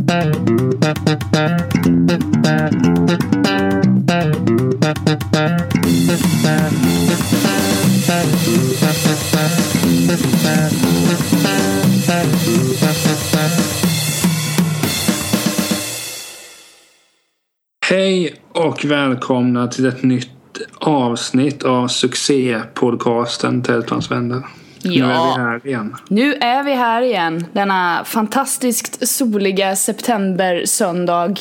Hej och välkomna till ett nytt avsnitt av succépodcasten Tältans vänner. Ja, nu är vi här igen. Nu är vi här igen. Denna fantastiskt soliga septembersöndag.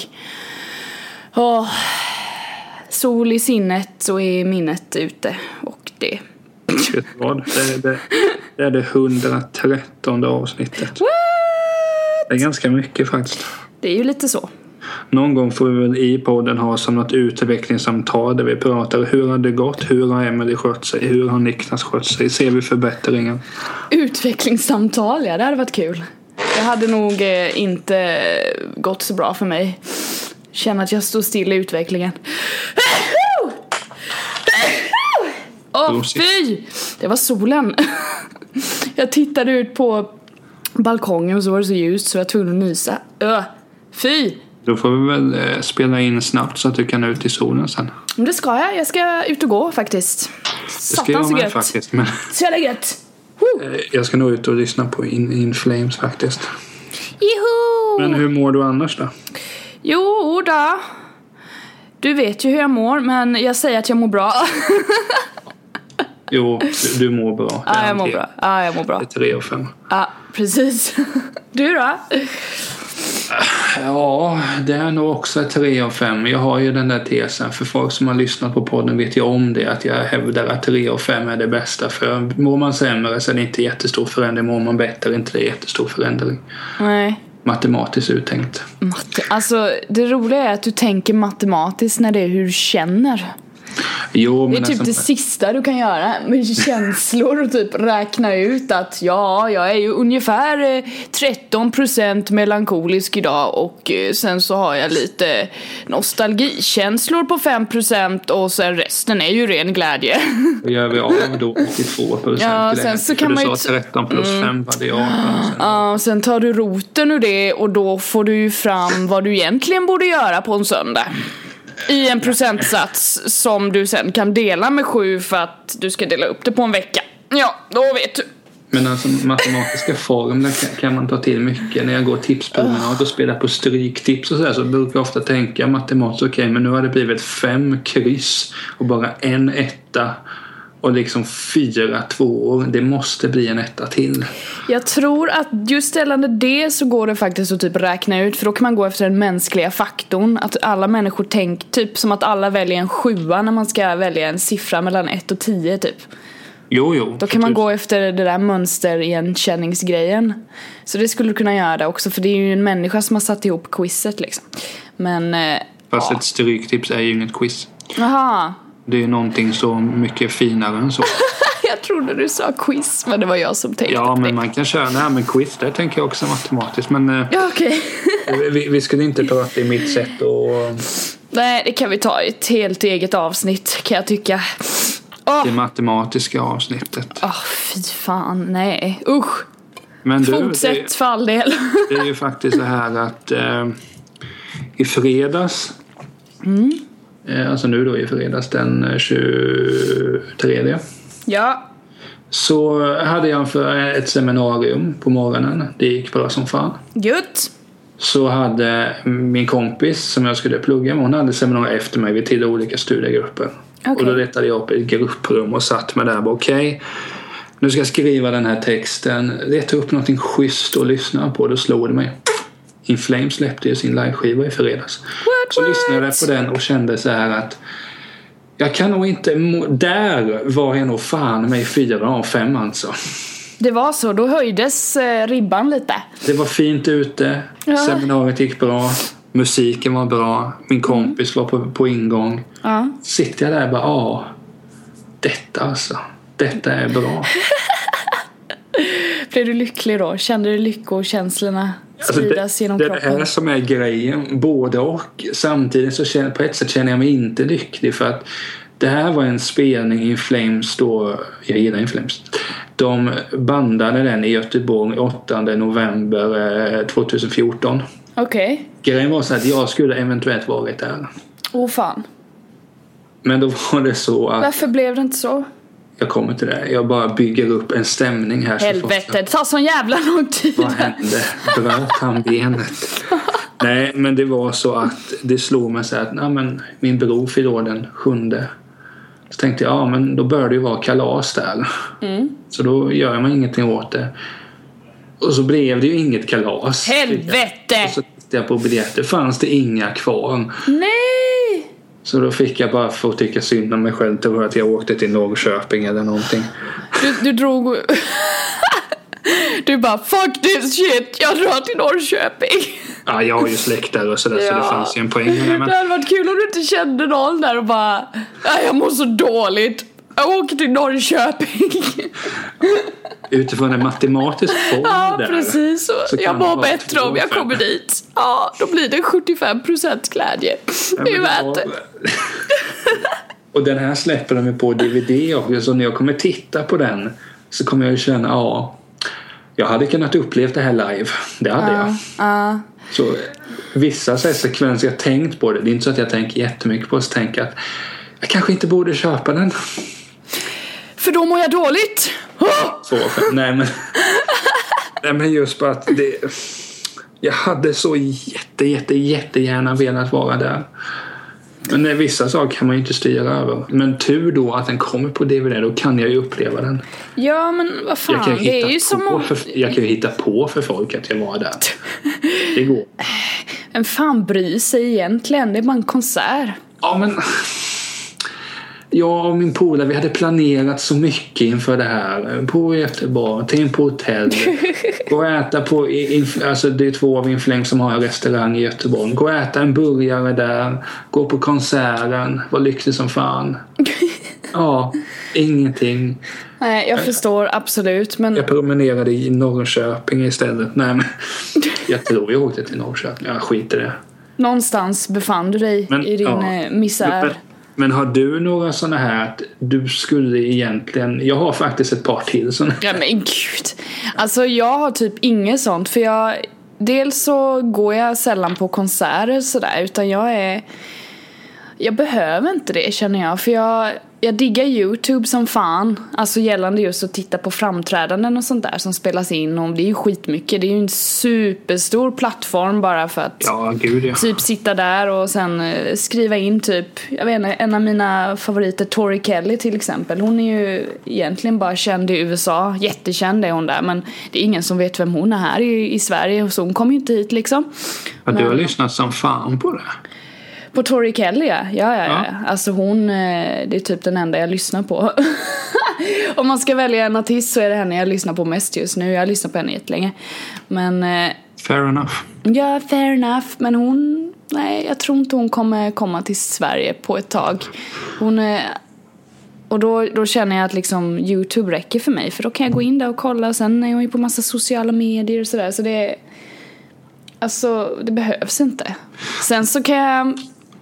Sol i sinnet och i minnet ute. Och det. Vet du vad? Det är det 113 avsnittet. What? Det är ganska mycket faktiskt. Det är ju lite så. Någon gång får vi väl i podden ha som något utvecklingssamtal där vi pratar hur har det gått, hur har Emily skött sig, hur har Niklas skött sig, ser vi förbättringen? Utvecklingssamtal, ja, det hade varit kul. Det hade nog inte gått så bra för mig. Känner att jag står still i utvecklingen. Fy! Det var solen. Jag tittade ut på balkongen och så var det så ljust så jag var tvungen att nysa. Fy! Då får vi väl spela in snabbt så att du kan ut i solen sen. Men det ska jag. Jag ska ut och gå faktiskt. Det ska jag med faktiskt. Men så jävla gött. Jag ska nog ut och lyssna på In Flames faktiskt. Juhu! Men hur mår du annars då? Jo då. Du vet ju hur jag mår, men jag säger att jag mår bra. Jo, du mår bra. Ja, jag mår bra. Ja, jag mår bra. Det är 3 och 5. Ja, precis. Du då? Ja, det är nog också 3 av 5. Jag har ju den där tesen. För folk som har lyssnat på podden vet jag om det. Att jag hävdar att 3 av 5 är det bästa. För mår man sämre så är det inte jättestor förändring. Mår man bättre är inte det jättestor förändring. Nej. Matematiskt uttänkt. Alltså, det roliga är att du tänker matematiskt när det är hur du känner. Jo, det är men typ det sista du kan göra med känslor och typ räkna ut att ja, jag är ju ungefär 13% melankolisk idag och sen så har jag lite nostalgikänslor på 5% och sen resten är ju ren glädje. Då gör vi av då 82%. Ja, sen så kan man ju 13 plus 5 var det 18. Ja, sen tar du roten ur det och då får du ju fram vad du egentligen borde göra på en söndag. I en procentsats som du sen kan dela med 7 för att du ska dela upp det på en vecka. Ja, då vet du. Men alltså matematiska formler kan man ta till mycket. När jag går tipspromenad och spelar på stryktips och så brukar jag ofta tänka matematiskt okej, men nu har det blivit 5 kryss och bara en etta och liksom 4 tvåor. Det måste bli en etta till. Jag tror att just gällande det så går det faktiskt att typ räkna ut. För då kan man gå efter den mänskliga faktorn. Att alla människor tänker typ som att alla väljer en 7 när man ska välja en siffra mellan 1 och 10 typ. Jo. Då kan man gå efter det där mönsterigenkänningsgrejen. Så det skulle du kunna göra också. För det är ju en människa som har satt ihop quizet liksom. Men fast ett stryktips är ju inget quiz. Jaha. Det är någonting så mycket finare än så. Jag trodde du sa quiz, men det var jag som tänkte. Ja, men man kan köra det här med quiz. Det tänker jag också matematiskt. Men ja, okej. vi skulle inte prata i mitt sätt. Nej, det kan vi ta i ett helt eget avsnitt, kan jag tycka. Det matematiska avsnittet. Fy fan, nej. Usch. Men fortsätt för all del. Det är ju faktiskt så här att i fredags... Alltså nu då i fredags den 23. Ja. Så hade jag för ett seminarium på morgonen. Det gick bra som fan. Gött. Så hade min kompis som jag skulle plugga med, hon hade seminarium efter mig. Vi tillhörde olika studiegrupper. Okay. Och då letade jag upp ett grupprum och satt med där. Okej, nu ska jag skriva den här texten. Leta upp någonting schysst att lyssna på. Då slog det mig. In Flames släppte ju sin liveskiva i fredags. Så lyssnade jag på den och kände så här att jag kan nog inte... Där var jag nog fan med 4 av 5 alltså. Det var så, då höjdes ribban lite. Det var fint ute. Ja. Seminariet gick bra. Musiken var bra. Min kompis var på ingång. Ja. Sitter jag där och bara, detta alltså. Detta är bra. Blev du lycklig då? Kände du lyckokänslorna spridas genom kroppen? Det är som är grejen. Både och. Samtidigt så på ett sätt känner jag mig inte lycklig. För att det här var en spelning i Flames då. Jag gillar In Flames. De bandade den i Göteborg 8 november 2014. Okej. Grejen var så att jag skulle eventuellt varit där. Fan. Men då var det så att... Varför blev det inte så? Jag kommer till det. Jag bara bygger upp en stämning här. Helvete, det tar sån jävla lång tid. Vad hände? Bröt han benet? Nej, men det var så att det slog mig så att min bror fyllde den 7. Så tänkte jag, men då bör det ju vara kalas där. Så då gör man ingenting åt det. Och så blev det ju inget kalas. Helvete! Och så tittade jag på biljetter. Fanns det inga kvar. Nej! Så då fick jag bara få tycka synd om mig själv. Till att jag åkte till Norrköping eller någonting. Du drog... Du bara, fuck this shit, jag drar till Norrköping. Ja, jag har ju släkt där och sådär, så det fanns ju en poäng med det. Men... Det hade varit kul om du inte kände någon där och bara, jag mår så dåligt. Jag åker till Norrköping. Utifrån en matematisk form där. Ja, precis. Så jag mår bättre om jag kommer dit. Ja, då blir det 75% glädje. Det är värt det. Och den här släpper de ju på DVD också. Så när jag kommer titta på den så kommer jag ju känna, jag hade kunnat uppleva det här live. Det hade jag. Så vissa sekvenser jag tänkt på det. Det är inte så att jag tänker jättemycket på det. Så tänker att jag kanske inte borde köpa den. För då mår jag dåligt. Nej men just bara att jag hade så jättegärna velat vara där. Men vissa saker kan man ju inte styra över. Men tur då att den kommer på DVD, då kan jag ju uppleva den. Ja, men vad fan, det är ju som jag kan ju hitta på för folk att jag var där. Det går. En fan bryr sig egentligen, det är bara en konsert. Ja, men... Jag och min polare, vi hade planerat så mycket inför det här. På Göteborg, till på hotell. Gå och äta på... Alltså det är 2 av Inflames som har en restaurang i Göteborg. Gå och äta en burgare där. Gå på konserten. Var lycklig som fan. Ja, ingenting. Nej, jag förstår absolut, men... Jag promenerade i Norrköping istället. Nej, men... Jag tror jag åkte till Norrköping. Jag skiter det. Någonstans befann du dig i din misär. Men har du några sådana här att du skulle egentligen... Jag har faktiskt ett par till sådana. Ja, men gud. Alltså jag har typ inget sånt. För dels så går jag sällan på konserter sådär. Utan jag behöver inte det, känner jag. För jag diggar YouTube som fan. Alltså gällande just att titta på framträdanden och sånt där som spelas in. Och det är ju skitmycket. Det är ju en superstor plattform bara för att typ sitta där och sen skriva in typ, jag vet inte, en av mina favoriter, Tori Kelly till exempel. Hon är ju egentligen bara känd i USA. Jättekänd är hon där. Men det är ingen som vet vem hon är här i Sverige. Så hon kommer ju inte hit liksom. Men du har lyssnat som fan på det? På Tori Kelly, ja. Alltså hon, det är typ den enda jag lyssnar på. Om man ska välja en artist så är det henne jag lyssnar på mest just nu. Jag lyssnar på henne jättelänge. Men... fair enough. Ja, fair enough. Men hon... Nej, jag tror inte hon kommer komma till Sverige på ett tag. Och då känner jag att liksom YouTube räcker för mig. För då kan jag gå in där och kolla. Sen är hon ju på massa sociala medier och sådär. Så det... Alltså, det behövs inte. Sen så kan jag...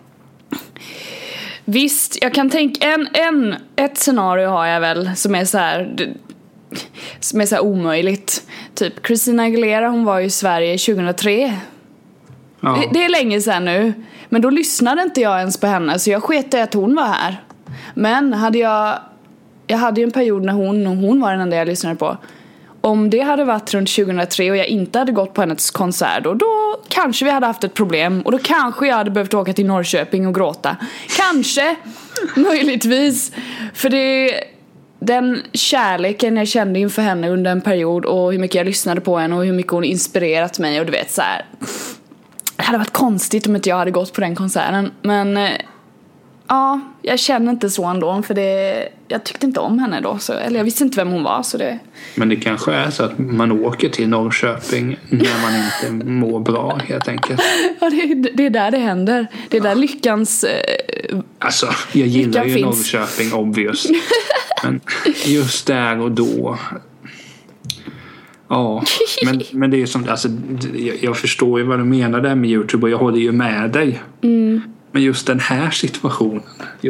Visst, jag kan tänka ett scenario har jag väl som är så här omöjligt. Typ Christina Aguilera, hon var ju i Sverige 2003. Ja. Det är länge sedan nu. Men då lyssnade inte jag ens på henne, så jag sket i att hon var här. Men jag hade ju en period när hon var den enda jag lyssnade på. Om det hade varit runt 2003 och jag inte hade gått på hennes konsert då kanske vi hade haft ett problem. Och då kanske jag hade behövt åka till Norrköping och gråta. Kanske, möjligtvis. För den kärleken jag kände inför henne under en period och hur mycket jag lyssnade på henne och hur mycket hon inspirerat mig. Och du vet så här, det hade varit konstigt om inte jag hade gått på den konserten. Men... Ja, jag känner inte så ändå, för jag tyckte inte om henne då, eller jag visste inte vem hon var, så det... Men det kanske är så att man åker till Norrköping när man inte mår bra, helt enkelt. Ja, det är där det händer. Det är där lyckans... Alltså, jag gillar ju finns. Norrköping, obvious. Men just där och då... Ja, men det är som... Alltså, jag förstår ju vad du menar där med YouTube och jag håller ju med dig. Men just den här situationen,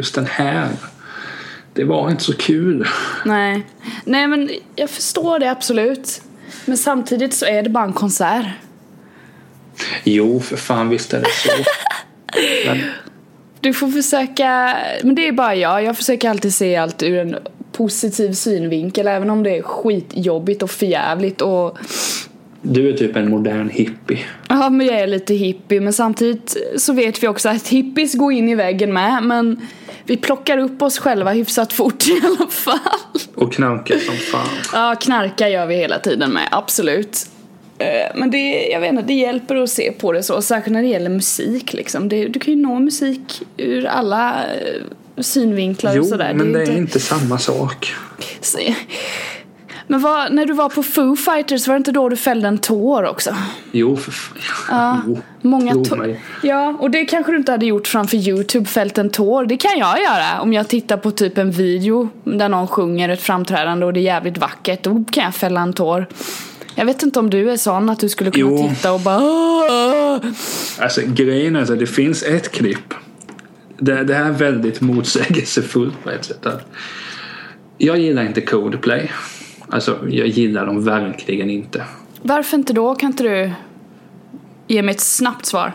det var inte så kul. Nej, men jag förstår det absolut. Men samtidigt så är det bara en konsert. Jo, för fan, visst är det så. Men Du får försöka, men det är bara jag försöker alltid se allt ur en positiv synvinkel, även om det är skitjobbigt och förjävligt och... du är typ en modern hippie. Ja, men jag är lite hippie, men samtidigt så vet vi också att hippies går in i väggen med, men vi plockar upp oss själva hyfsat fort i alla fall. Och knarkar som fan. Ja, knarka gör vi hela tiden med, absolut. Men det, jag vet inte, det hjälper att se på det så, särskilt när det gäller musik liksom. Du kan ju nå musik ur alla synvinklar. Jo, och sådär. Men det är inte samma sak. Men när du var på Foo Fighters, var det inte då du fällde en tår också? Jo, Ja, jo, många mig. Ja, och det kanske du inte hade gjort framför YouTube, fällt en tår. Det kan jag göra om jag tittar på typ en video där någon sjunger ett framträdande och det är jävligt vackert. Då kan jag fälla en tår. Jag vet inte om du är sån att du skulle kunna titta och bara... Alltså grejen är att det finns ett klipp. Det här är väldigt motsägelsefullt på ett sätt. Jag gillar inte Coldplay. Alltså jag gillar dem verkligen inte. Varför inte då? Kan inte du ge mig ett snabbt svar?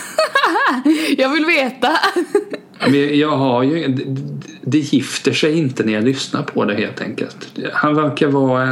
Jag vill veta. Men jag har ju... Det gifter sig inte när jag lyssnar på det helt enkelt. Han verkar vara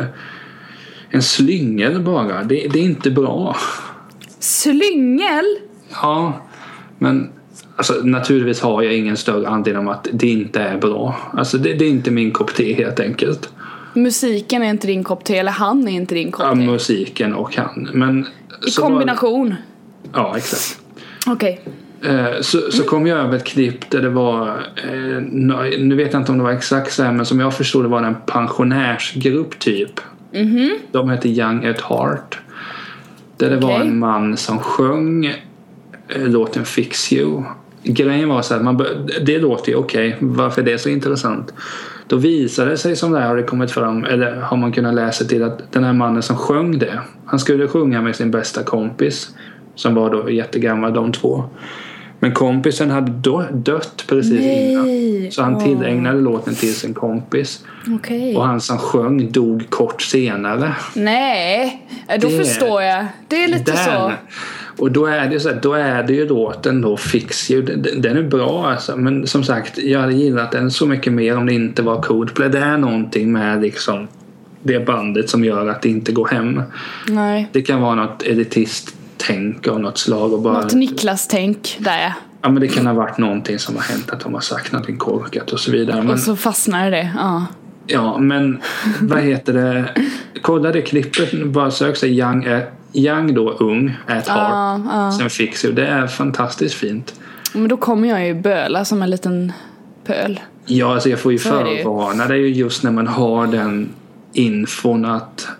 en slyngel bara. Det är inte bra. Slyngel? Ja, men alltså, naturligtvis har jag ingen större andel om att det inte är bra. Alltså det är inte min kopp te helt enkelt. Musiken är inte din kopp te, eller han är inte din kopp te? Ja, musiken och han. Men i kombination? Ja, exakt. Okej. Så kom jag över ett klipp där det var nu vet jag inte om det var exakt så här, men som jag förstod det var en pensionärsgrupp typ. Mm-hmm. De heter Young at Heart. Där det var en man som sjöng låten Fix You. Grejen var så att det låter ju okej. Varför är det så intressant? Då visade det sig som det här har det kommit fram, eller har man kunnat läsa till att den här mannen som sjöng det, han skulle sjunga med sin bästa kompis som var då jättegammal, de två. Men kompisen hade dött precis innan. Så han tillägnade låten till sin kompis. Och han som sjöng dog kort senare. Nej, då förstår jag. Det är lite så. Och då är det så här, då är det ju låten då Fix You. Den är bra alltså. Men som sagt, jag hade gillat den så mycket mer om det inte var Coldplay. Det är någonting med liksom det bandet som gör att det inte går hem. Nej. Det kan vara något elitist-tänk av något slag. Och bara, något Niklas-tänk där. Ja, men det kan ha varit någonting som har hänt, att de har sagt någonting korkat och så vidare. Men, och så fastnar det, ja. Ja, men vad heter det? Kolla det klippet, bara sök sig Young då, ung, at heart. Sen Fix You, det är fantastiskt fint. Men då kommer jag ju böla som en liten pöl. Ja, alltså jag får ju förvarna. Det är ju just när man har den infon att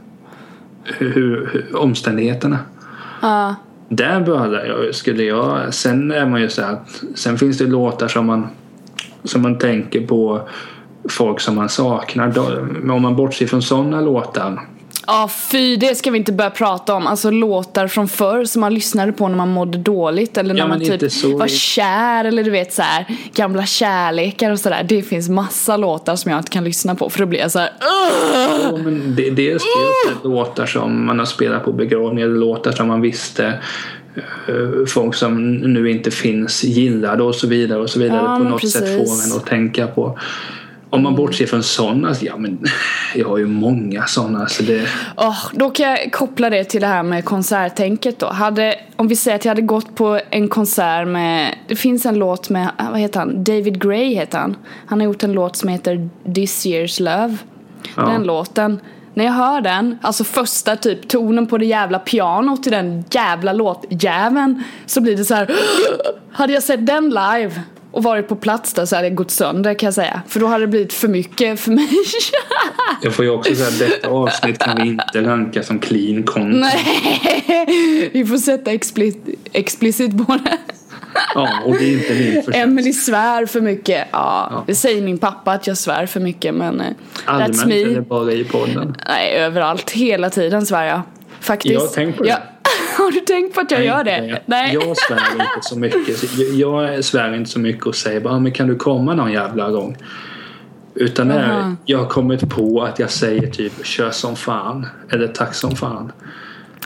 hur omständigheterna. Ja. Där skulle jag. Sen är man ju så att sen finns det låtar som man tänker på folk som man saknar. Men om man bortser från sådana låtar. Ja, fy, det ska vi inte börja prata om. Alltså låtar från förr som man lyssnade på när man mådde dåligt. Eller när man typ var kär. Eller du vet så här, gamla kärlekar och sådär. Det finns massa låtar som jag inte kan lyssna på. För då blir jag så här. Ja, men det är låtar som man har spelat på begravningar. Låtar som man visste folk som nu inte finns gillade och så vidare. Och så vidare. Ja, på något sätt får man att tänka på. Om man bortser från sådana, ja men jag har ju många sådana. Så då kan jag koppla det till det här med konserttänket då. Om vi säger att jag hade gått på en konsert med, det finns en låt med, vad heter han? David Gray heter han. Han har gjort en låt som heter This Year's Love. Ja. Den låten, när jag hör den, alltså första typ tonen på det jävla pianot till den jävla låtjäveln, så blir det så här. Hade jag sett den live och varit på plats där så hade det gått sönder, kan jag säga. För då hade det blivit för mycket för mig. Jag får ju också säga att detta avsnitt kan vi inte ranka som clean content. Nej, vi får sätta explicit på det. Ja, och det är inte min förtjänst. Emily svär för mycket. Ja, det säger min pappa att jag svär för mycket, men allmänt that's me. Eller bara i podden? Nej, överallt. Hela tiden svär jag. Faktiskt. Jag har tänkt på det. Har du tänkt på att jag gör det? Nej. Jag svär inte så mycket. Jag svär inte så mycket och säger bara, men kan du komma någon jävla gång? Utan jag har kommit på att jag säger typ kör som fan eller tack som fan.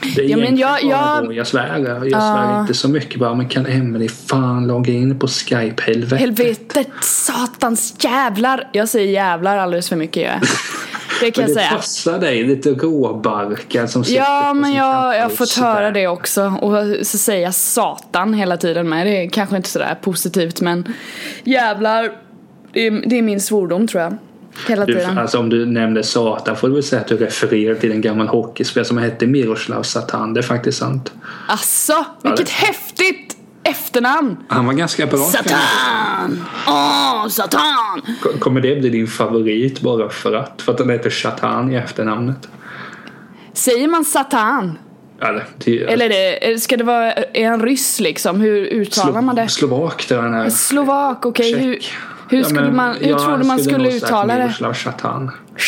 Det är Ja, men jag svär inte så mycket bara, men kan Emily fan logga in på Skype, helvetet, satans jävlar. Jag säger jävlar alldeles för mycket, jag. Det kan jag säga. Det passar dig, lite råbarkad som sitter ja, på men sin jag har kampus fått sådär. höra det också. Och så säga satan hela tiden med. Det är kanske inte sådär positivt, men jävlar, det är min svordom, tror jag. Hela tiden. Alltså om du nämnde Satan får du väl säga att du refererar till en gammal hockeyspelare som hette Miroslav Satan. Det är faktiskt sant. Asså, vilket häftigt efternamn. Han var ganska bra. Satan! Satan! Kommer det bli din favorit bara för att han heter Satan i efternamnet? Säger man Satan? Eller ska det vara en ryss liksom? Hur uttalar man det? Slovak där han är. Slovak, okej. Hur trodde man skulle uttala det? Miroslav Satan.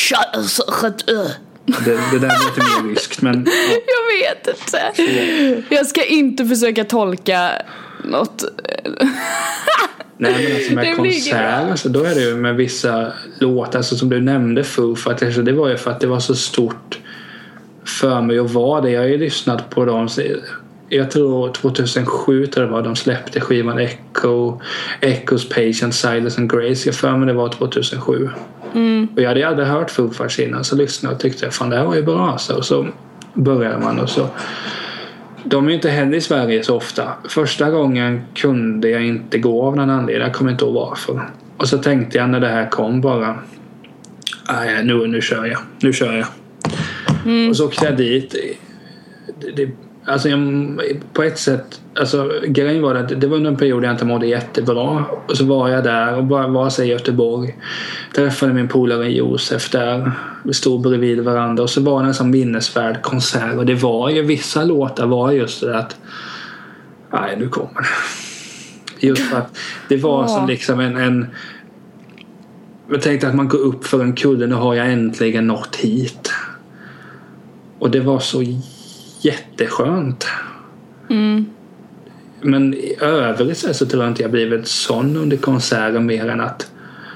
Det där är lite mer ryskt, men jag vet inte. Jag ska inte försöka tolka något. Nej, men alltså med konserter, alltså, då är det ju med vissa låtar, alltså, som du nämnde Foo Fighters, alltså, det var ju för att det var så stort för mig att vara det. Jag har ju lyssnat på dem. Jag tror 2007 tror jag var de släppte skivan Echoes, Patient, Silence and Grace. Jag för mig det var 2007. Och jag hade aldrig hört Foo Fighters innan, så lyssnade jag och tyckte fan det här var ju bra alltså. Och så började man och så. De är inte heller i Sverige så ofta. Första gången kunde jag inte gå av någon anledning. Jag kommer inte ihåg varför. Och så tänkte jag när det här kom bara, nu kör jag. Och så åkte jag dit. Alltså på ett sätt, alltså grejen var att det var under en period jag inte mådde jättebra, och så var jag där och bara var i Göteborg, träffade min polare Josef där, vi stod bredvid varandra, och så var det en sån minnesvärd konsert, och det var ju vissa låtar var just det att nu kommer det, just för att det var som liksom en jag tänkte att man går upp för en kudde, nu har jag äntligen nått hit, och det var så jätteskönt. Men i övrigt så tror jag inte jag blivit sån under konserten mer än att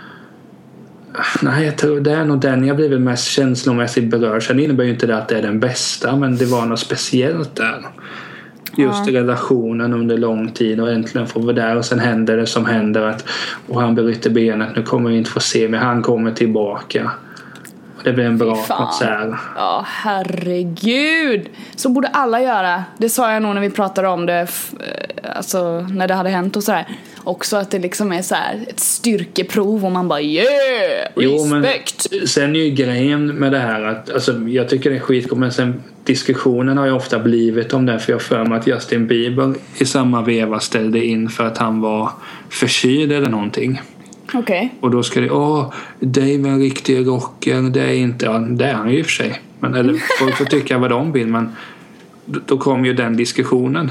jag tror det är nog den jag blivit mest känslomässigt berörd. Sen innebär ju inte det att det är den bästa, men det var något speciellt där. Just relationen under lång tid, och äntligen får vi där, och sen händer det som händer och han bryter benet, nu kommer vi inte få se, men han kommer tillbaka. Det blir en bra konsert. Ja, herregud. Så borde alla göra. Det sa jag nog när vi pratade om det, alltså när det hade hänt och sådär. Också att det liksom är så här ett styrkeprov och man bara respekt. Men sen är ju grejen med det här att alltså, jag tycker det är skitgott, men sen diskussionen har ju ofta blivit om det, för jag för mig att Justin Bieber i samma veva ställde in för att han var förkyld eller någonting. Okay. Och då ska det Dave är en riktig rocker, det är inte, det är han ju i och för sig, men eller folk får tycka vad de vill, men då kom ju den diskussionen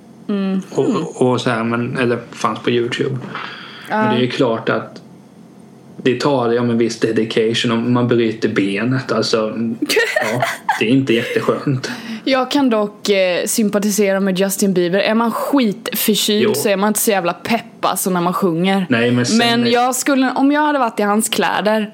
och så här, men eller fanns på YouTube. Men det är ju klart att det tar det om en viss dedication om man bryter benet, alltså det är inte jätteskönt. Jag kan dock sympatisera med Justin Bieber. Är man skitförkyld så är man inte så jävla pepp alltså när man sjunger. Nej, men jag skulle, om jag hade varit i hans kläder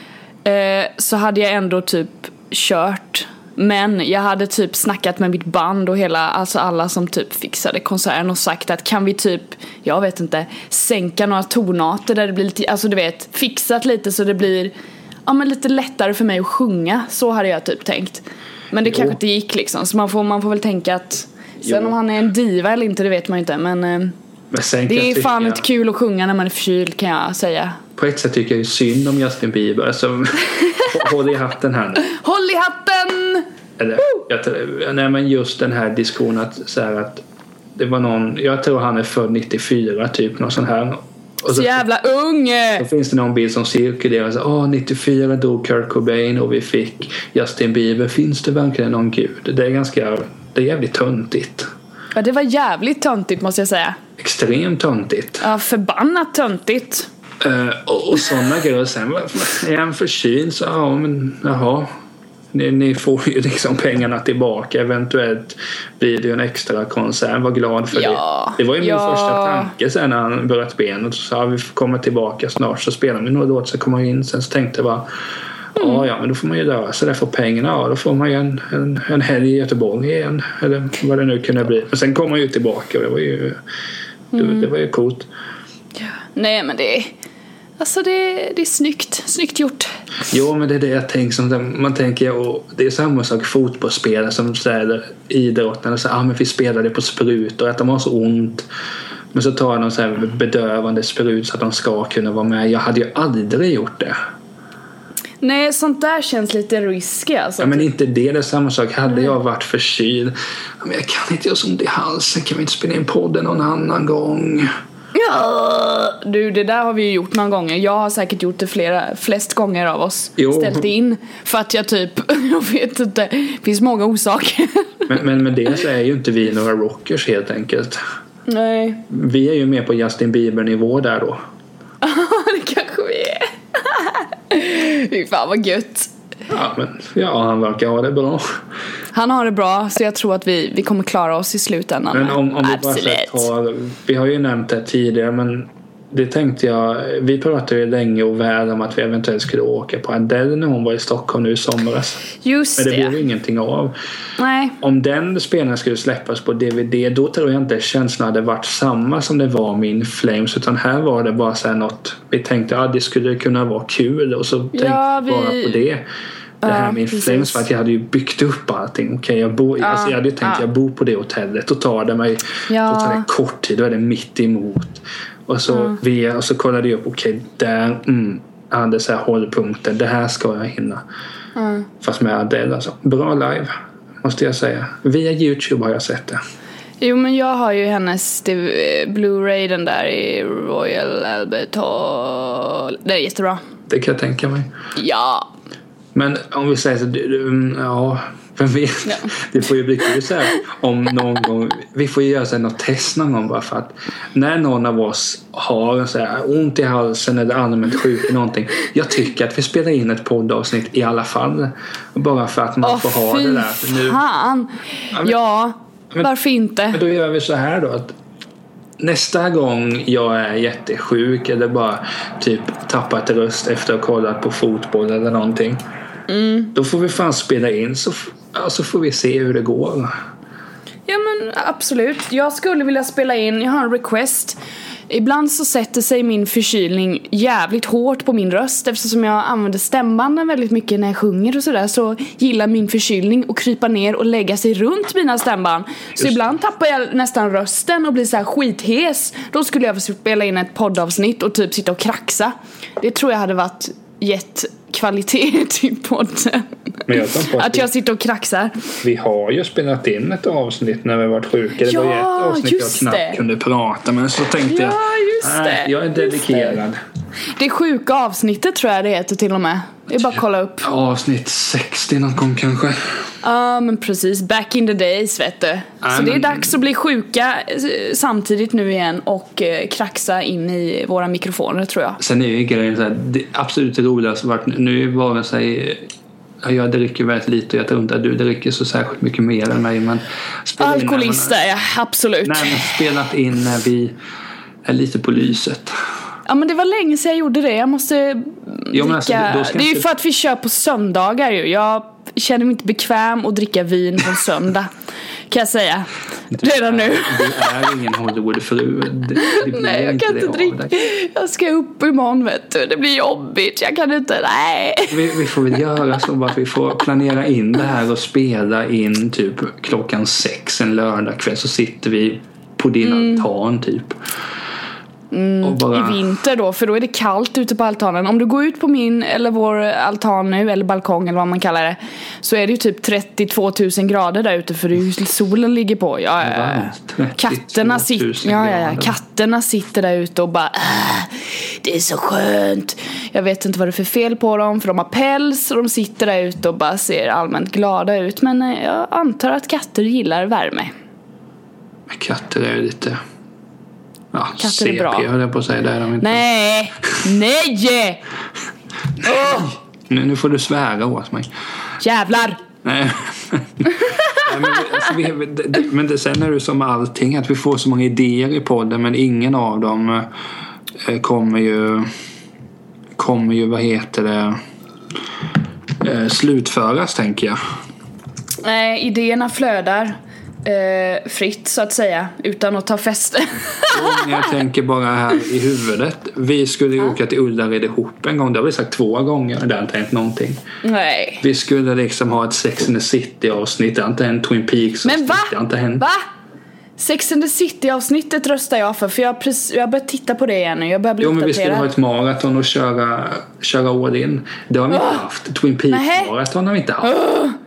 så hade jag ändå typ kört. Men jag hade typ snackat med mitt band och alltså alla som typ fixade konserten och sagt att kan vi typ, jag vet inte, sänka några tonarter där det blir lite, alltså du vet, fixat lite så det blir men lite lättare för mig att sjunga. Så hade jag typ tänkt. Men det kanske inte gick liksom. Så man får väl tänka att sen om han är en diva eller inte, det vet man ju inte. Men det är fan inte kul att sjunga när man är förkyld, kan jag säga. På ett sätt tycker jag ju synd om Justin Bieber. Så håll i hatten här nu. Håll i hatten! Eller, men just den här diskussionen att det var någon, jag tror han är född 94 typ, någon sån här. Och så jävla unge! Så finns det någon bild som cirkulerar så 94 dog Kurt Cobain och vi fick Justin Bieber. Finns det verkligen någon gud? Det är jävligt töntigt. Ja, det var jävligt töntigt måste jag säga. Extremt töntigt. Ja, förbannat töntigt. Och sådana grejer. Sen är han förkyld så men jaha. Ni får ju liksom pengarna tillbaka. Eventuellt blir det ju en extra konsert. Var glad för det. Det var ju min första tanke sen när han bröt benet. Så sa vi kommer tillbaka snart, så spelar vi några låt så kommer jag in. Sen så tänkte jag bara Ja, men då får man ju röra sig där för pengarna. Ja, då får man ju en helg i Göteborg igen. Eller vad det nu kunde bli. Men sen kom man ju tillbaka och det var ju coolt. Ja. Nej, men det är snyggt gjort. Jo, men det är det jag tänker. Man tänker, och det är samma sak fotbollsspelare som säger idrottare så men vi spelade på sprutor, att de har så ont. Men så tar de så här bedövande sprut så att de ska kunna vara med. Jag hade ju aldrig gjort det. Nej, sånt där känns lite risky alltså. Ja, men inte det är samma sak. Hade jag varit förkyld, men jag kan inte göra så ont i halsen. Kan vi inte spela in podden någon annan gång? Ja, du, det där har vi ju gjort några gånger. Jag har säkert gjort det flest gånger av oss. Ställt in för att jag vet inte, det finns många orsaker. Men med det så är ju inte vi några rockers helt enkelt. Nej. Vi är ju mer på Justin Bieber-nivå där då. Det kanske vi är. Fy fan vad gött. Ja, han verkar ha det bra. Han har det bra, så jag tror att vi kommer klara oss i slutändan. Men om vi bara vi har ju nämnt det tidigare, men det tänkte jag, vi pratade ju länge och väl om att vi eventuellt skulle åka på Adele när hon var i Stockholm nu i somras. Just men det blev ingenting av. Nej. Om den spelaren skulle släppas på DVD, då tror jag inte känslan hade varit samma som det var med In Flames, utan här var det bara så här något, vi tänkte det skulle kunna vara kul, och så tänkte bara på det. Det här med In Flames, för att jag hade ju byggt upp allting. Okej, jag hade ju tänkt jag bor på det hotellet och tar det mig det kort tid, då är det mitt emot. Och så och så kollade jag upp, där jag hade så här hållpunkter, det här ska jag hinna. Fast med Adele alltså. Bra live, måste jag säga. Via YouTube har jag sett det. Jo, men jag har ju hennes Blu-ray, den där i Royal Albert Hall. Det är jättebra. Det kan jag tänka mig. Ja. Men om vi säger så, vem vet? Ja. Det får ju bli kul så här om någon gång. Vi får ju göra så här något test någon gång, bara för att när någon av oss har så här ont i halsen eller allmänt sjuk eller någonting, jag tycker att vi spelar in ett poddavsnitt i alla fall, bara för att man får ha det där. Nu, fan. Men varför inte? Men då gör vi så här då, att nästa gång jag är jättesjuk eller bara typ tappat röst efter att ha kollat på fotboll eller någonting, då får vi fan spela in, så får vi se hur det går. Ja, men absolut. Jag skulle vilja spela in, jag har en request. Ibland så sätter sig min förkylning jävligt hårt på min röst, eftersom jag använder stämbanden väldigt mycket när jag sjunger och sådär, så gillar min förkylning att krypa ner och lägga sig runt mina stämband. Så ibland tappar jag nästan rösten och blir så här skithes. Då skulle jag vilja spela in ett poddavsnitt och typ sitta och kraxa. Det tror jag hade varit kvalitet till podden. Men att jag sitter och kraxar. Vi har ju spelat in ett avsnitt när vi varit sjuka. Det var ju ett avsnitt jag knappt kunde prata, men så tänkte jag är dedikerad. Det sjuka avsnittet tror jag det heter till och med. Det är bara att kolla upp. Avsnitt 60 någon gång kanske. Ja, men precis. Back in the days, vet du. Så det är dags att bli sjuka samtidigt nu igen och kraxa in i våra mikrofoner, tror jag. Sen är ju grejen så här, det absolut roligaste varit nu var det sig. Jag dricker väldigt lite och jag tror inte att du dricker så särskilt mycket mer än mig, men alkoholista är absolut. Nej, men spelat in när vi är lite på lyset. Ja, men det var länge sedan jag gjorde det. Jag måste dricka. Det är ju för att vi kör på söndagar ju. Jag känner mig inte bekväm att dricka vin på söndag, kan jag säga. Redan nu. Du är ingen Hollywoodfru. Nej, jag kan inte dricka. Jag ska upp imorgon, vet du. Det blir jobbigt. Jag kan inte, nej. Vi får väl göra så att vi får planera in det här och spela in typ 6:00 en lördagkväll, så sitter vi på din altan typ. I vinter då, för då är det kallt ute på altanen. Om du går ut på min eller vår altan nu, eller balkong eller vad man kallar det, så är det ju typ 32 000 grader där ute, för solen ligger på. Katterna sitter där ute och bara det är så skönt. Jag vet inte vad det är för fel på dem, för de har päls och de sitter där ute och bara ser allmänt glada ut. Men jag antar att katter gillar värme. Katter är lite... Ja, katter är bra. Jag på att säga, där de inte... Nej! Nu får du svära åt mig. Jävlar! Nej. Men sen är det som allting, att vi får så många idéer i podden, men ingen av dem kommer ju vad heter det, slutföras, tänker jag. Idéerna flödar fritt så att säga, utan att ta fäste. Jag tänker bara här i huvudet. Vi skulle ju åka till Ullared ihop en gång. Det har vi sagt 2 gånger. Det har inte hänt någonting. Nej. Vi skulle liksom ha ett Sex and the City avsnitt. Det har inte hänt. Twin Peaks avsnitt. Men va? Det har inte hänt. Va? Sex and the City avsnittet röstar jag för jag börjar titta på det igen nu. Jag börjar bli men vi skulle uppdaterad. ha ett maraton och köra all in. Det har vi inte haft. Twin Peaks maraton har vi inte haft.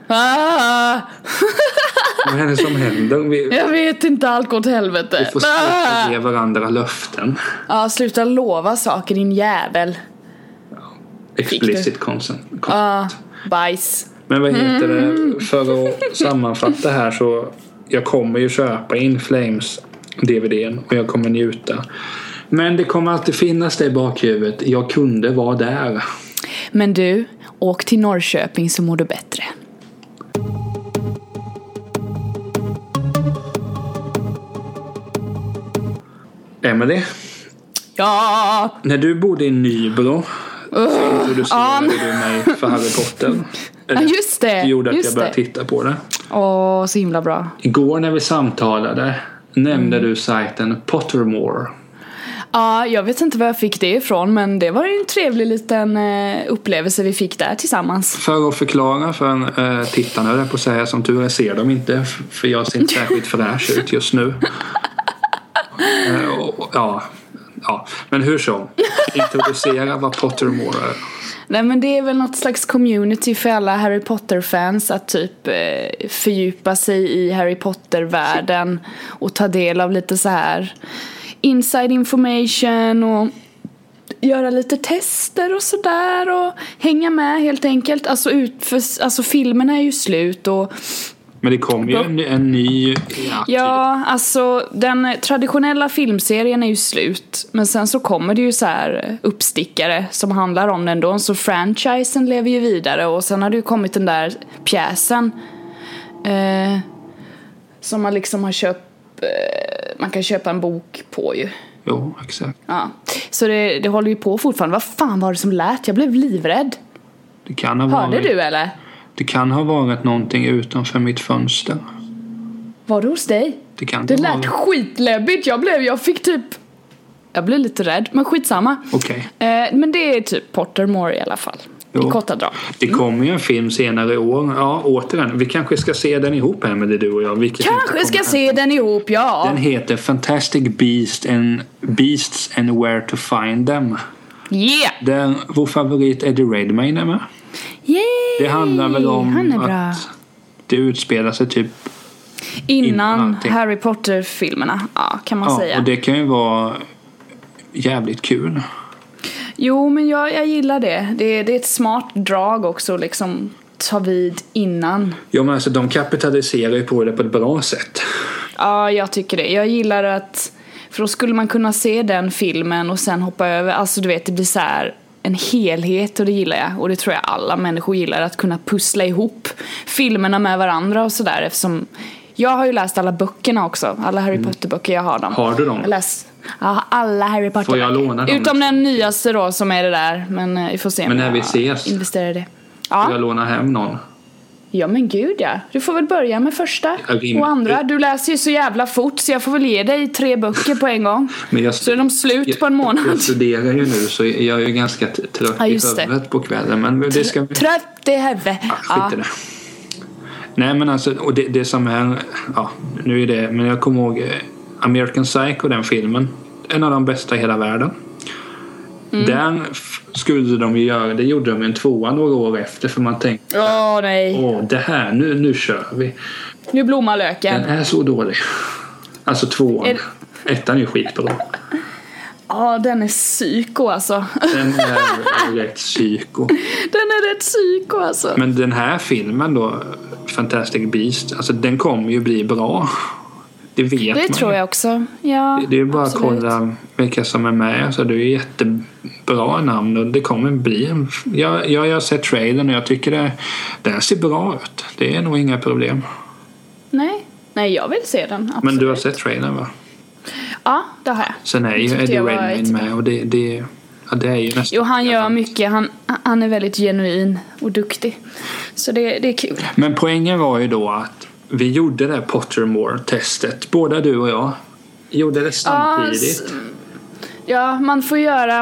Vad är det som händer? Jag vet inte, allt går åt helvete. Vi får sluta ge varandra löften. Ja, sluta lova saker, din jävel. Explicit content. Bajs. Men vad heter det? För att sammanfatta här så jag kommer ju köpa In Flames DVD:n och jag kommer njuta. Men det kommer alltid finnas det i bakhuvudet. Jag kunde vara där. Men du, åk till Norrköping så mår du bättre. Emelie? Ja. När du bodde i Nybro så introducerade du mig för Harry Potter. Ja, just det. Det gjorde att jag började titta på det. Så himla bra. Igår när vi samtalade nämnde du sajten Pottermore. Ja, jag vet inte var jag fick det ifrån, men det var ju en trevlig liten upplevelse vi fick där tillsammans. För att förklara för tittarna där på att säga, som tur är ser de inte, för jag ser inte särskilt fräsch ut just nu. Ja, men hur så? Introducera vad Pottermore är. Nej, men det är väl något slags community för alla Harry Potter-fans att typ fördjupa sig i Harry Potter-världen och ta del av lite så här inside information och göra lite tester och sådär och hänga med helt enkelt. Alltså filmerna är ju slut och men det kom ju en ny... Ja, alltså den traditionella filmserien är ju slut. Men sen så kommer det ju så här uppstickare som handlar om den då. Så franchisen lever ju vidare. Och sen har det ju kommit den där pjäsen som man liksom har köpt. Man kan köpa en bok på ju. Jo, exakt. Ja. Så det håller ju på fortfarande. Vad fan var det som lät? Jag blev livrädd. Det kan ha varit... Hörde du eller? Det kan ha varit någonting utanför mitt fönster. Var det hos dig? Det lät skitläbbigt. Jag blev lite rädd, men skitsamma. Okej. Men det är typ Pottermore i alla fall. I korta drag. Det kommer ju en film senare i år. Ja, återigen. Vi kanske ska se den ihop här med det, du och jag. Kanske ska se den ihop, ja. Den heter Fantastic Beasts and Where to Find Them. Yeah! Vår favorit Eddie Redmayne är med. Yay! Det handlar väl om att det utspelar sig typ innan Harry Potter-filmerna, kan man säga. Och det kan ju vara jävligt kul. Jo, men jag gillar det. Det är ett smart drag också, liksom ta vid innan. Ja, men alltså de kapitaliserar ju på det på ett bra sätt. Ja, jag tycker det. Jag gillar att, för då skulle man kunna se den filmen och sen hoppa över. Alltså du vet, det blir så här en helhet och det gillar jag. Och det tror jag alla människor gillar, att kunna pussla ihop filmerna med varandra och sådär. Eftersom jag har ju läst alla böckerna också. Alla Harry Potter-böcker, jag har dem. Har du dem? Jag läst alla Harry Potter. Får jag låna dem? Utom den nyaste då som är det där. Men vi får se. Men när vi ses investerar det. Får jag låna hem någon? Ja men gud ja. Du får väl börja med första och andra. Du läser ju så jävla fort så jag får väl ge dig 3 böcker på en gång. Men så är de slut på en månad. Jag studerar ju nu så jag är ju ganska trött i huvudet på kvällen. Men det ska... Trött i huvudet. Skit i det. Nej men alltså, och det som är, nu är det, men jag kommer ihåg American Psycho, den filmen. En av de bästa i hela världen. Den skulle de ju göra, det gjorde de en 2 några år efter, för man tänkte nej. Det här, nu kör vi. Nu blommar löken. Den är så dålig. Alltså 2. Ettan är ju skitbra. Ja, den är psyko alltså. Den är rätt psyko. Alltså. Men den här filmen då, Fantastic Beast, alltså den kommer ju bli bra. Det vet man. Det tror jag också. Ja, det är bara att kolla vilka som är med. Alltså, det är jättebra namn och det kommer bli jag har sett trailern och jag tycker det ser bra ut. Det är nog inga problem. Nej, jag vill se den. Absolut. Men du har sett trailern, va? Ja, det har jag. Sen är ju Eddie Redmayne med och det Ja, det är ju nästan. Jo, han gör mycket. Han är väldigt genuin och duktig. Så det är kul. Men poängen var ju då att vi gjorde det här Pottermore-testet. Båda du och jag gjorde det samtidigt. Ja, man får göra.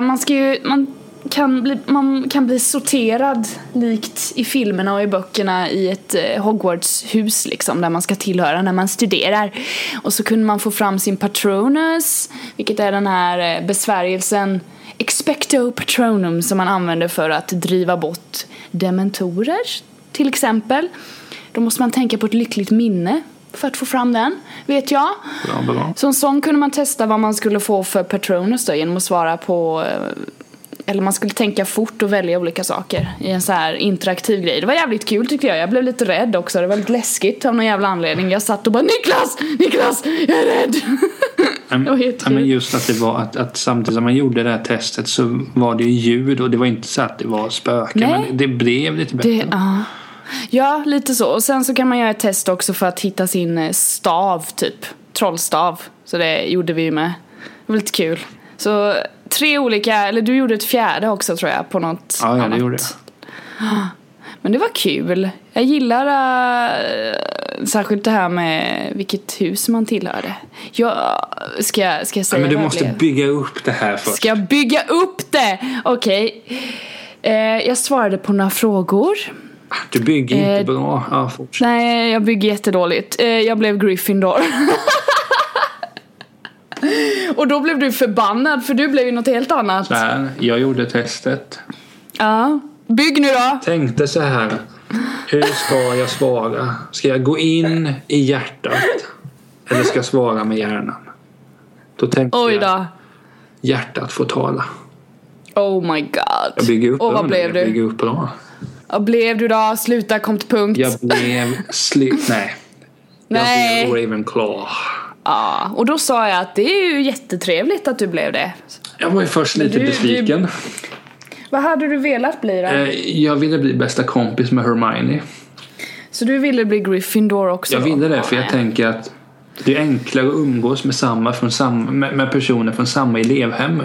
Man kan bli sorterad likt i filmerna och i böckerna i ett Hogwarts-hus liksom, där man ska tillhöra när man studerar. Och så kunde man få fram sin Patronus, vilket är den här besvärjelsen Expecto Patronum som man använder för att driva bort dementorer till exempel. Då måste man tänka på ett lyckligt minne för att få fram den, vet jag. Bra. Så en sån kunde man testa vad man skulle få för Patronus då, genom att svara på, eller man skulle tänka fort och välja olika saker i en så här interaktiv grej. Det var jävligt kul tyckte jag. Jag blev lite rädd också. Det var väldigt läskigt av någon jävla anledning. Jag satt och bara Niklas, jag är rädd. Det var helt kul. Men just att det var att samtidigt som man gjorde det här testet så var det ljud och det var inte så att det var spöken. Nej. Men det blev lite bättre. Ja, lite så. Och sen så kan man göra ett test också för att hitta sin stav typ. Trollstav. Så det gjorde vi med. Det var lite kul. Så 3 olika, eller du gjorde ett 4:e också tror jag på något annat. Ja, det gjorde jag. Men det var kul. Jag gillar särskilt det här med vilket hus man tillhörde. Ska jag säga men du måste bygga upp det här först. Ska jag bygga upp det? Okej. Jag svarade på några frågor. Du bygger inte bra. Ja, fortsätt. Nej, jag bygger jättedåligt. Jag blev Gryffindor. Och då blev du förbannad, för du blev ju något helt annat. Så här, jag gjorde testet. Ja, bygg nu då. Tänkte så här. Hur ska jag svara? Ska jag gå in i hjärtat? Eller ska jag svara med hjärnan? Då tänkte jag hjärtat får tala. Oh my god. Jag bygger upp. Och vad blev du? Jag bygger upp bra. Vad blev du då? Sluta, kom till punkt. Jag blev Nej. Jag blev Ravenclaw. Ja, och då sa jag att det är ju jättetrevligt att du blev det. Jag var ju först lite besviken. Vad hade du velat bli då? Jag ville bli bästa kompis med Hermione. Så du ville bli Gryffindor också? Jag ville det för jag tänker att det är enklare att umgås med personer från samma elevhem.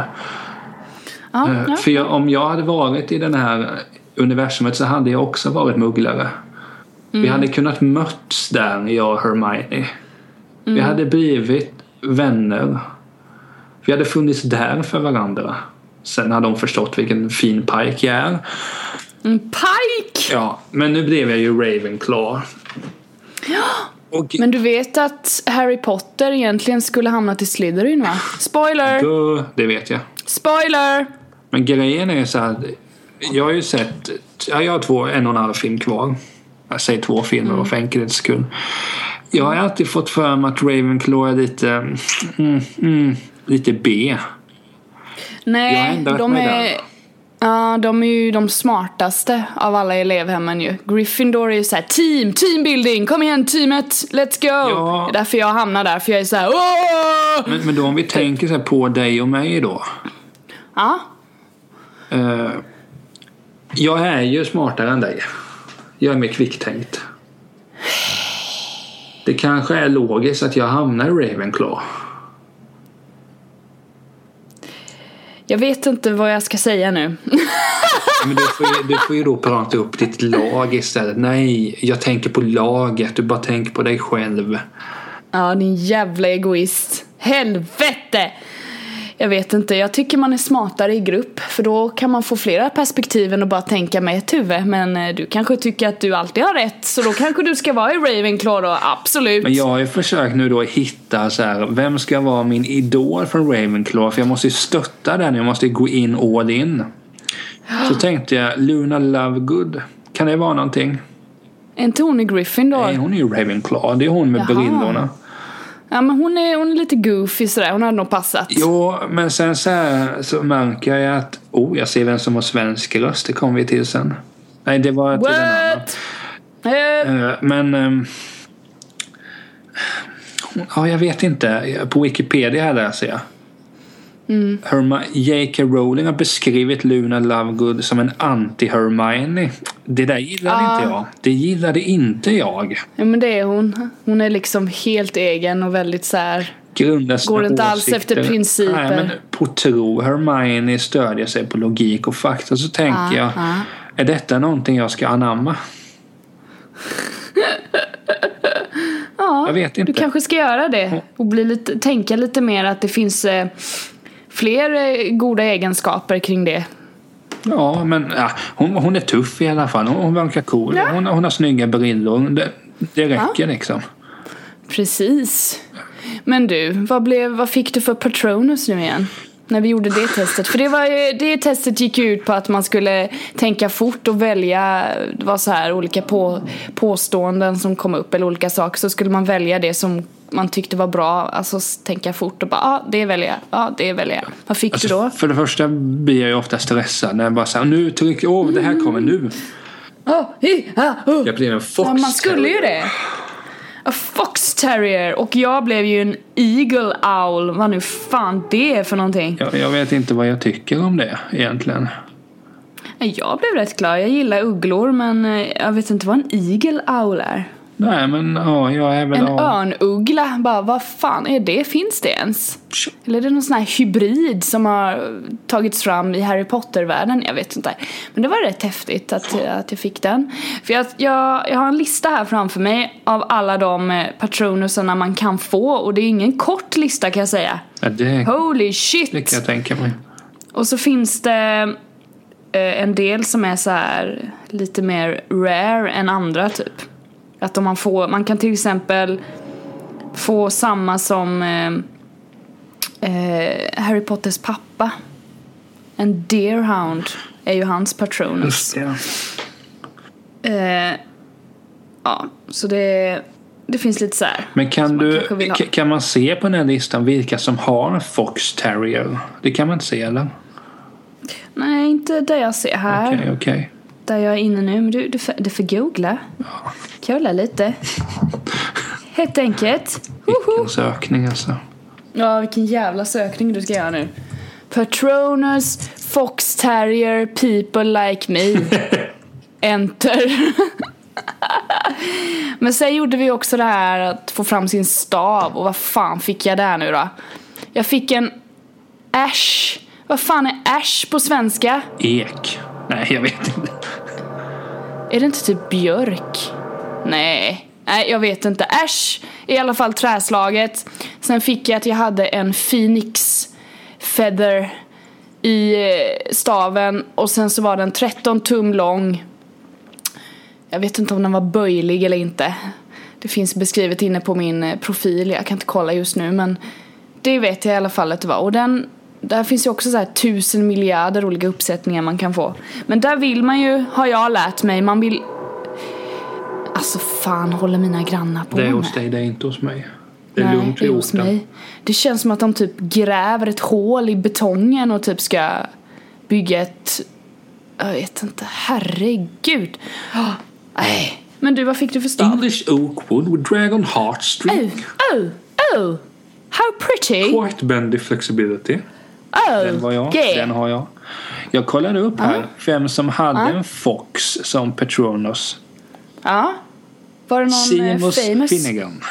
För om jag hade varit i den här universumet så hade jag också varit mugglare. Vi hade kunnat möts där, jag och Hermione. Vi hade blivit vänner. Vi hade funnits där för varandra. Sen hade de förstått vilken fin pike jag är. En pike? Ja, men nu blev jag ju Ravenclaw. Ja. Men du vet att Harry Potter egentligen skulle hamnat i Slytherin, va? Spoiler! Det vet jag. Spoiler! Men grejen är så här. Jag har ju sett. Jag har 1,5 film kvar. Jag säger 2 filmer för enkelhets skull. Jag har alltid fått för mig att Ravenclaw är lite B. Nej, de är ju de smartaste av alla elevhemmen ju. Gryffindor är ju såhär teambuilding, kom igen teamet, let's go. Ja. Det är därför jag hamnar där, för jag är såhär men då om vi tänker så här på dig och mig då. Ja. Jag är ju smartare än dig. Jag är mer kvicktänkt. Det kanske är logiskt att jag hamnar i Ravenclaw. Jag vet inte vad jag ska säga nu. Men du får ju då prata upp ditt lag istället. Nej, jag tänker på laget. Du bara tänker på dig själv. Ja, din jävla egoist. Helvete! Jag vet inte, jag tycker man är smartare i grupp. För då kan man få flera perspektiv än att bara tänka med ett huvud. Men du kanske tycker att du alltid har rätt. Så då kanske du ska vara i Ravenclaw då, absolut. Men jag har ju försökt nu då hitta så här, vem ska vara min idol från Ravenclaw? För jag måste ju stötta den, jag måste gå in all in. Så tänkte jag, Luna Lovegood. Kan det vara någonting? Är inte hon i Gryffindor? Nej, hon är ju Ravenclaw. Det är hon med brillorna. Ja, men hon är lite goofy sådär. Hon hade nog passat. Jo, men sen så märker jag att jag ser vem som har svensk röst. Det kommer vi till sen. Nej, det var till en annan. Men jag vet inte. På Wikipedia här läser jag. J.K. Rowling har beskrivit Luna Lovegood som en anti-Hermione. Det där gillade inte jag. Det gillade inte jag. Ja, men det är hon. Hon är liksom helt egen och väldigt så här grundar sina Går inte alls efter principer. Nej, men på tro. Hermione stödjer sig på logik och fakta. Så tänker jag, är detta någonting jag ska anamma? Ja, jag vet inte. Du kanske ska göra det. Och tänka lite mer att det finns fler goda egenskaper kring det. Ja, men hon är tuff i alla fall. Hon verkar cool. Ja. Hon har snygga brillor. Det räcker liksom. Precis. Men du, vad fick du för Patronus nu igen? När vi gjorde det testet. För det testet gick ju ut på att man skulle tänka fort och välja. Det var så här olika påståenden som kom upp eller olika saker. Så skulle man välja det som man tyckte var bra. Alltså tänka fort och bara, det väljer jag. Ja, det väljer jag. Vad fick du då? För det första blir jag ju ofta stressad när jag bara säger nu trycker det här kommer nu. Jag blir en fox. Ja, man skulle ju det. A fox terrier. Och jag blev ju en eagle owl. Vad nu fan det är för någonting. Jag vet inte vad jag tycker om det egentligen. Jag blev rätt glad. Jag gillar ugglor, men jag vet inte vad en eagle owl är. Nej, men jag är väl en örnuggla. Bara, vad fan är det? Finns det ens? Eller är det någon sån här hybrid som har tagits fram i Harry Potter-världen? Jag vet inte. Men det var rätt häftigt att jag fick den. För jag har en lista här framför mig av alla de patronusarna man kan få. Och det är ingen kort lista, kan jag säga. Ja, holy shit! Det kan jag tänka mig. Och så finns det en del som är så här lite mer rare än andra typ. Att om man kan till exempel få samma som Harry Potters pappa. En deerhound är ju hans patronus. Ja, så det finns lite så här. Men kan man se på den här listan vilka som har en fox terrier? Det kan man inte se, eller? Nej, inte där jag ser här. Okej. Där jag är inne nu. Men du får googla. Ja. Kolla lite. Helt enkelt. Vilken sökning alltså. Ja, vilken jävla sökning du ska göra nu. Patronus, fox terrier, people like me. Enter. Men sen gjorde vi också det här att få fram sin stav. Och vad fan fick jag där nu då? Jag fick en ash. Vad fan är ash på svenska? Ek. Nej, jag vet inte. Är det inte typ björk? Nej, jag vet inte. Ash är i alla fall träslaget. Sen fick jag att jag hade en phoenix feather i staven. Och sen så var den 13 tum lång. Jag vet inte om den var böjlig eller inte. Det finns beskrivet inne på min profil. Jag kan inte kolla just nu, men det vet jag i alla fall att det var. Och där finns ju också så här 1000 miljarder olika uppsättningar man kan få. Men där vill man ju, har jag lärt mig, man vill... Alltså fan, håller mina grannar på. Det är hos dig, det är inte hos mig. Det är Nej, lugnt det är hos mig. Det känns som att de typ gräver ett hål i betongen och typ ska bygga ett... Jag vet inte, herregud. Nej. Men du, vad fick du för stav? English oak wood with dragon heartstring. Oh. How pretty. Quite bendy flexibility. Den var jag. Yeah. Den har jag. Jag kollade upp här vem som hade en fox som Patronus. Ja. Var det någon Seamus famous? Finnegan.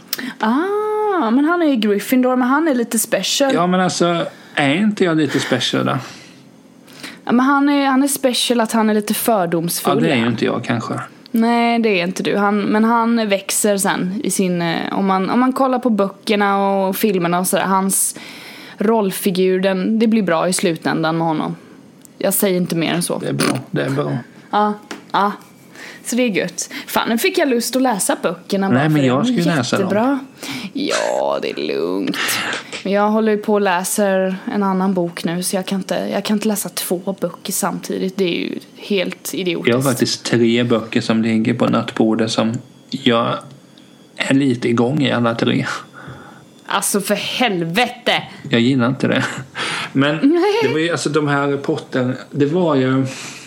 Men han är ju Gryffindor, men han är lite special. Ja, men alltså, är inte jag lite special då? Ja, men han är special att han är lite fördomsfull. Ja, det är ju inte jag kanske. Nej, det är inte du. Men han växer sen i sin... Om man kollar på böckerna och filmerna och sådär, hans rollfigur, det blir bra i slutändan med honom. Jag säger inte mer än så. Det är bra. Ja. Så det är gött. Fan, nu fick jag lust att läsa böckerna. Nej, men jag ska ju läsa dem. Ja, det är lugnt. Men jag håller ju på och läser en annan bok nu, så jag kan inte läsa 2 böcker samtidigt. Det är ju helt idiotiskt. Jag har faktiskt 3 böcker som ligger på nattbordet som jag är lite igång i alla 3. Alltså för helvete. Jag gillar inte det. Men det var ju alltså de här Potter, det var ju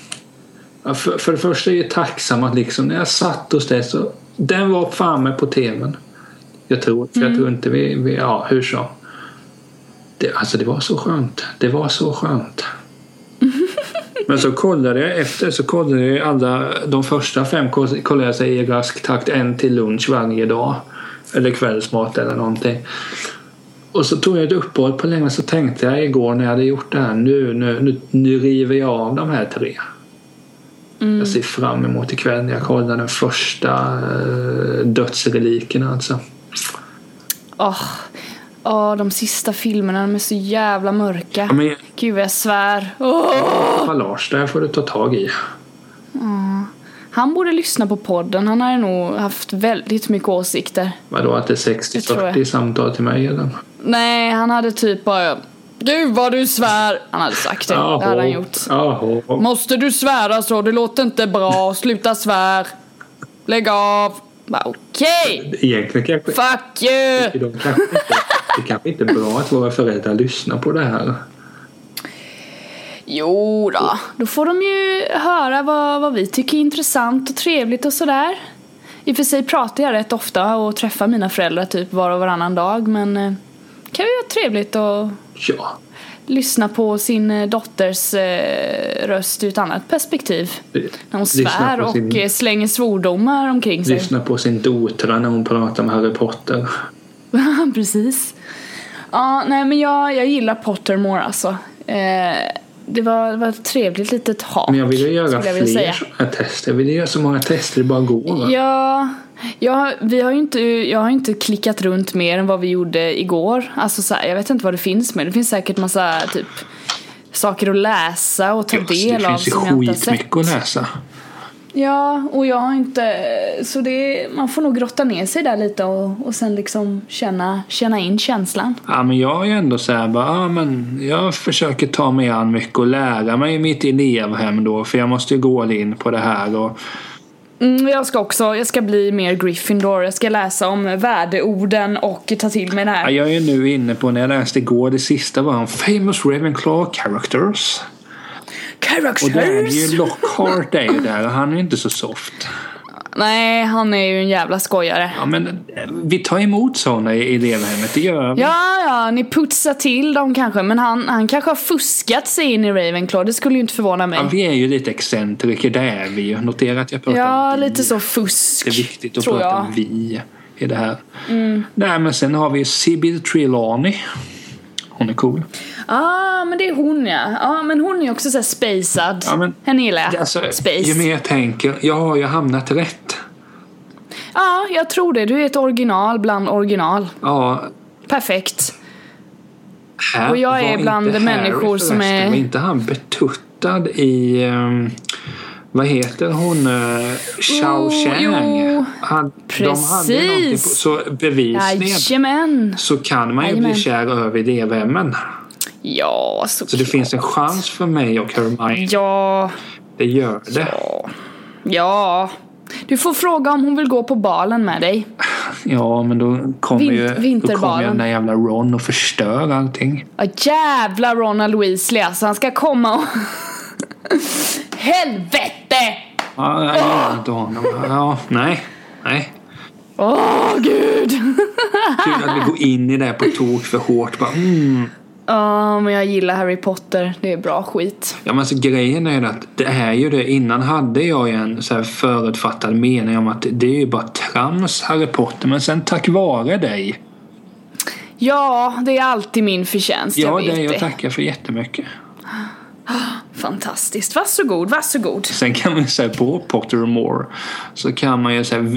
för det första är jag tacksam att liksom när jag satt hos det så den var fan med på tvn. Jag tror inte vi hur så. Det var så skönt. Det var så skönt. Men så kollade jag alla de första 5 kollade jag sig i rask takt, en till lunch varje dag eller kvällsmat eller någonting. Och så tog jag ett uppehåll på länge, så tänkte jag igår när jag hade gjort det här, nu river jag av de här 3. Jag ser fram emot ikväll när jag kollar den första dödsrelikerna alltså. De sista filmerna, de är så jävla mörka. Men, Gud, jag svär. Lars, där får du ta tag i. Han borde lyssna på podden. Han har nog haft väldigt mycket åsikter. Vadå, att det är 60-40 samtal till mig eller? Nej, han hade typ bara... Gud vad du svär. Han hade sagt det. Det hade han gjort. Måste du svära så? Det låter inte bra. Sluta svär. Lägg av. Okej. Egentligen kanske... Fuck you. Det kanske inte är bra att våra föräldrar lyssnar på det här. Jo då får de ju höra vad vi tycker är intressant och trevligt och sådär. I och för sig pratar jag rätt ofta och träffar mina föräldrar typ var och varannan dag. Men kan ju vara trevligt att lyssna på sin dotters röst ur ett annat perspektiv. När hon svär och slänger svordomar omkring sig. Lyssna på sin dotter när hon pratar om Harry Potter. Precis. Ja, nej men jag gillar Pottermore alltså. Det var ett trevligt litet hat. Men jag ville göra fler tester. Jag ville göra så många tester det bara går. Jag har inte klickat runt mer än vad vi gjorde igår. Alltså så här, jag vet inte vad det finns med. Det finns säkert massa typ saker att läsa och ta del av. Det finns ju skitmycket att läsa. Ja, och jag har inte... Så man får nog grotta ner sig där lite och sen liksom känna in känslan. Ja, men jag är ändå så här men jag försöker ta mig an mycket och lära mig i mitt elevhem då. För jag måste ju gå in på det här och... Jag ska bli mer Gryffindor. Jag ska läsa om värdeorden och ta till mig det här. Ja, jag är nu inne på, när jag läste igår, det sista var om famous Ravenclaw characters. Och där är det ju Lockhart är ju där och han är ju inte så soft. Nej, han är ju en jävla skojare. Ja, men vi tar emot sådana i elevhemmet, det gör vi. Ja, ni putsar till dem kanske. Men han kanske har fuskat sig in i Ravenclaw. Det skulle ju inte förvåna mig. Ja, vi är ju lite excentriker, där är vi ju. Notera att jag pratar om vi. Lite så fusk. Det är viktigt att prata om vi i det här. Nej, men sen har vi Sybil Trelawney. Hon är cool. Men det är hon, ja. Ja, men hon är också så här spacad. Ja, men henne gillar jag. Alltså, Space. Ju mer jag tänker, jag har ju hamnat rätt. Ja, jag tror det. Du är ett original bland original. Ja. Perfekt. Och jag är bland människor som är... Var inte han betuttad i... vad heter hon? Xiao Shang. Precis. De hade någonting på, så bevisligen så kan man ju bli kär över elevhemmen. Ja, så det finns en chans för mig och Hermione. Ja. Det gör det. Ja. Du får fråga om hon vill gå på balen med dig. Ja, men då kommer ju den där jävla Ron och förstör allting. Ja, jävla Ronald Weasley alltså. Han ska komma och... Helvete! Ja, jag gillar inte honom. Ja, nej. Gud. Kul att vi går in i det på tok för hårt. Ja, men jag gillar Harry Potter. Det är bra skit. Ja, men alltså grejen är att det är ju det. Innan hade jag en så här förutfattad mening om att det är ju bara trams Harry Potter. Men sen tack vare dig. Ja, det är alltid min förtjänst. Ja, jag tackar för jättemycket. Fantastiskt, varsågod. Sen kan man ju säga på Pottermore så kan man ju säga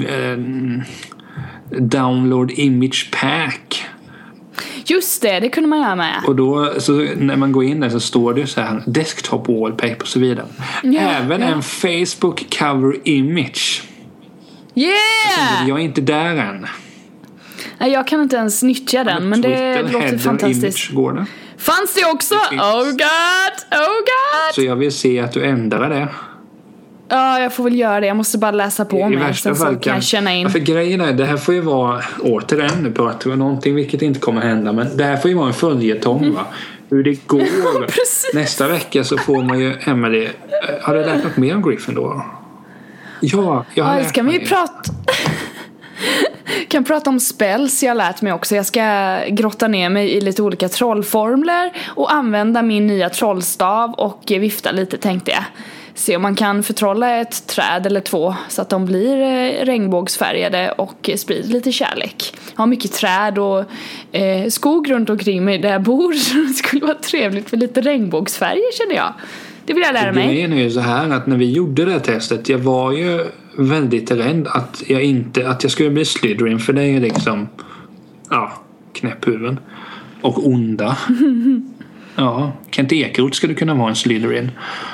download image pack. Just det kunde man göra med. Och då, så när man går in där så står det så här desktop wallpaper och så vidare. Även en Facebook cover image. Yeah! Jag är inte där än. Nej, jag kan inte ens nyttja den, men det låter fantastiskt. Går det? Fanns det också? Oh god! Så jag vill se att du ändrar det. Ja, jag får väl göra det. Jag måste bara läsa på mig. Sen så kan jag känna in. Ja, för grejen är, det här får ju vara, återigen nu pratar vi om någonting vilket inte kommer hända, men det här får ju vara en följetong va. Hur det går. Nästa vecka så får man ju Emily. Har du lärt något mer om Gryffindor? Ja, jag har lärt ska vi prata... Kan prata om spells jag lärt mig också. Jag ska grotta ner mig i lite olika trollformler och använda min nya trollstav och vifta lite, tänkte jag. Se om man kan förtrolla ett träd eller två så att de blir regnbågsfärgade och sprider lite kärlek. Jag har mycket träd och skog runt omkring mig där jag bor, så det skulle vara trevligt med lite regnbågsfärger, känner jag. Det vill jag lära mig. Det är ju så här att när vi gjorde det här testet, jag var ju väldigt rädd att jag skulle bli Slytherin, för det är ju liksom knäpphuvuden och onda. Ja, Kent Ekeroth skulle kunna vara en Slytherin.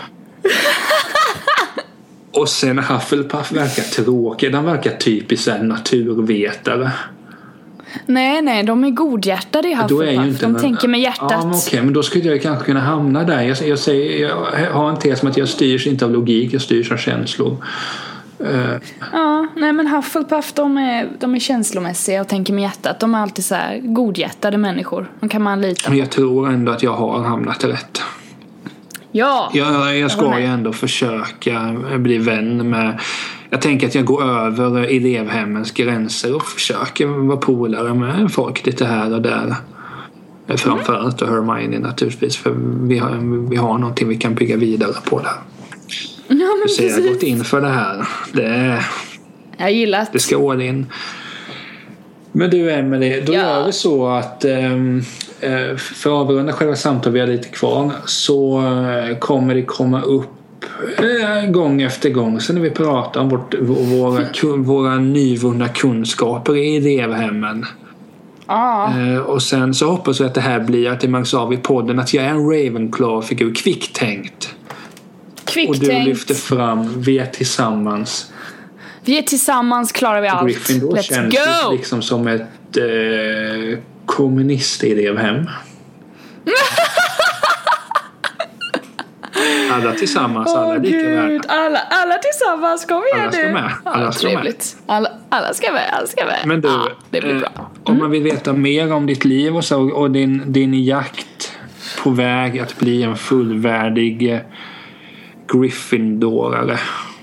Och sen Hufflepuff verkar tråkig. Den verkar typiskt en naturvetare. Nej, de är godhjärtade i Hufflepuff. De tänker med hjärtat. Ja, men okej, men då skulle jag kanske kunna hamna där. Jag har en tes om att jag styrs inte av logik, jag styrs av känslor. Ja, nej, men Hufflepuff, de är känslomässiga och tänker med hjärtat. De är alltid så här godhjärtade människor. De kan man lita på. Men jag tror ändå att jag har hamnat rätt. Ja. Jag ska ju ändå försöka bli vän med. Jag tänker att jag går över elevhemmens gränser och försöker vara polare med folk lite här och där. Framförallt och Hermione naturligtvis, för vi har någonting vi kan bygga vidare på där. Ja, men så jag har gått in för det här. Jag gillar det. Det ska all in. Men du, Emelie, då gör vi så att för att avrunda själva samtalet, vi har lite kvar, så kommer det komma upp gång efter gång så när vi pratar om våra nyvunna kunskaper i elevhemmen. Och sen så hoppas jag att det här blir att det märks av i podden att jag är en Ravenclaw-figur, kvicktänkt. Och du lyfter fram vi är tillsammans klarar vi allt. Gryffindor känns det liksom som ett kommunistelevhem. Alla tillsammans, alla lika värda. Alla tillsammans, kom igen nu. Alla ska med. Alla ska med. Men du, det blir bra. Om man vill veta mer om ditt liv och så, och din jakt på väg att bli en fullvärdig Gryffindorare.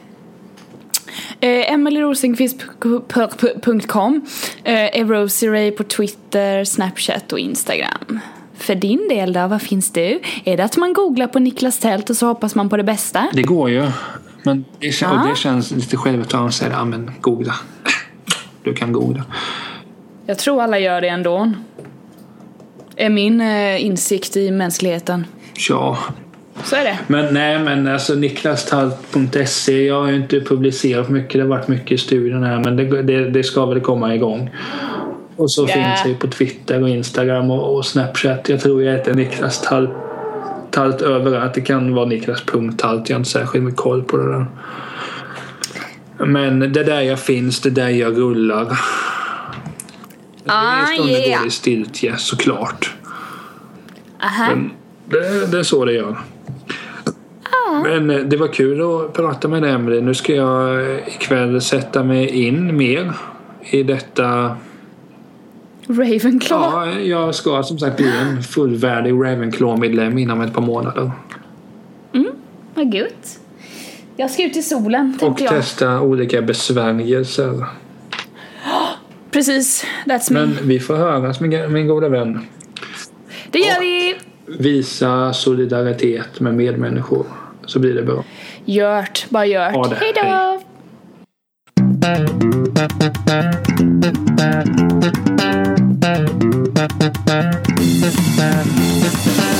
EmilieRosenqvist.com, Rosieray på Twitter, Snapchat och Instagram. För din del då, vad finns du? Är det att man googlar på Niklas Tält och så hoppas man på det bästa? Det går ju. Men det känns lite självförtroende att säga, men googla. Du kan googla. Jag tror alla gör det ändå. Är min insikt i mänskligheten. Ja. Så är det. Men alltså niklastalt.se, jag har ju inte publicerat mycket, det har varit mycket i studien här, men det ska väl komma igång. Och så finns det på Twitter och Instagram och Snapchat. Jag tror jag heter Niklas Talt överallt. Det kan vara Niklas.talt. Jag har inte särskilt med koll på det där. Men det där jag finns, det där jag rullar. Det är stunden går i stiltje, såklart. Men det är så det gör. Men det var kul att prata med dig, Emelie. Nu ska jag ikväll sätta mig in mer i detta Ravenclaw. Ja, jag ska som sagt bli en fullvärdig Ravenclaw-medlem inom ett par månader. Vad gott. Jag ska ut i solen, och testa olika besvärjelser. Precis, that's me. Men vi får höras, min goda vän. Det gör vi. Visa solidaritet med medmänniskor, så blir det bra. Bara gjort. Hej då. Hej.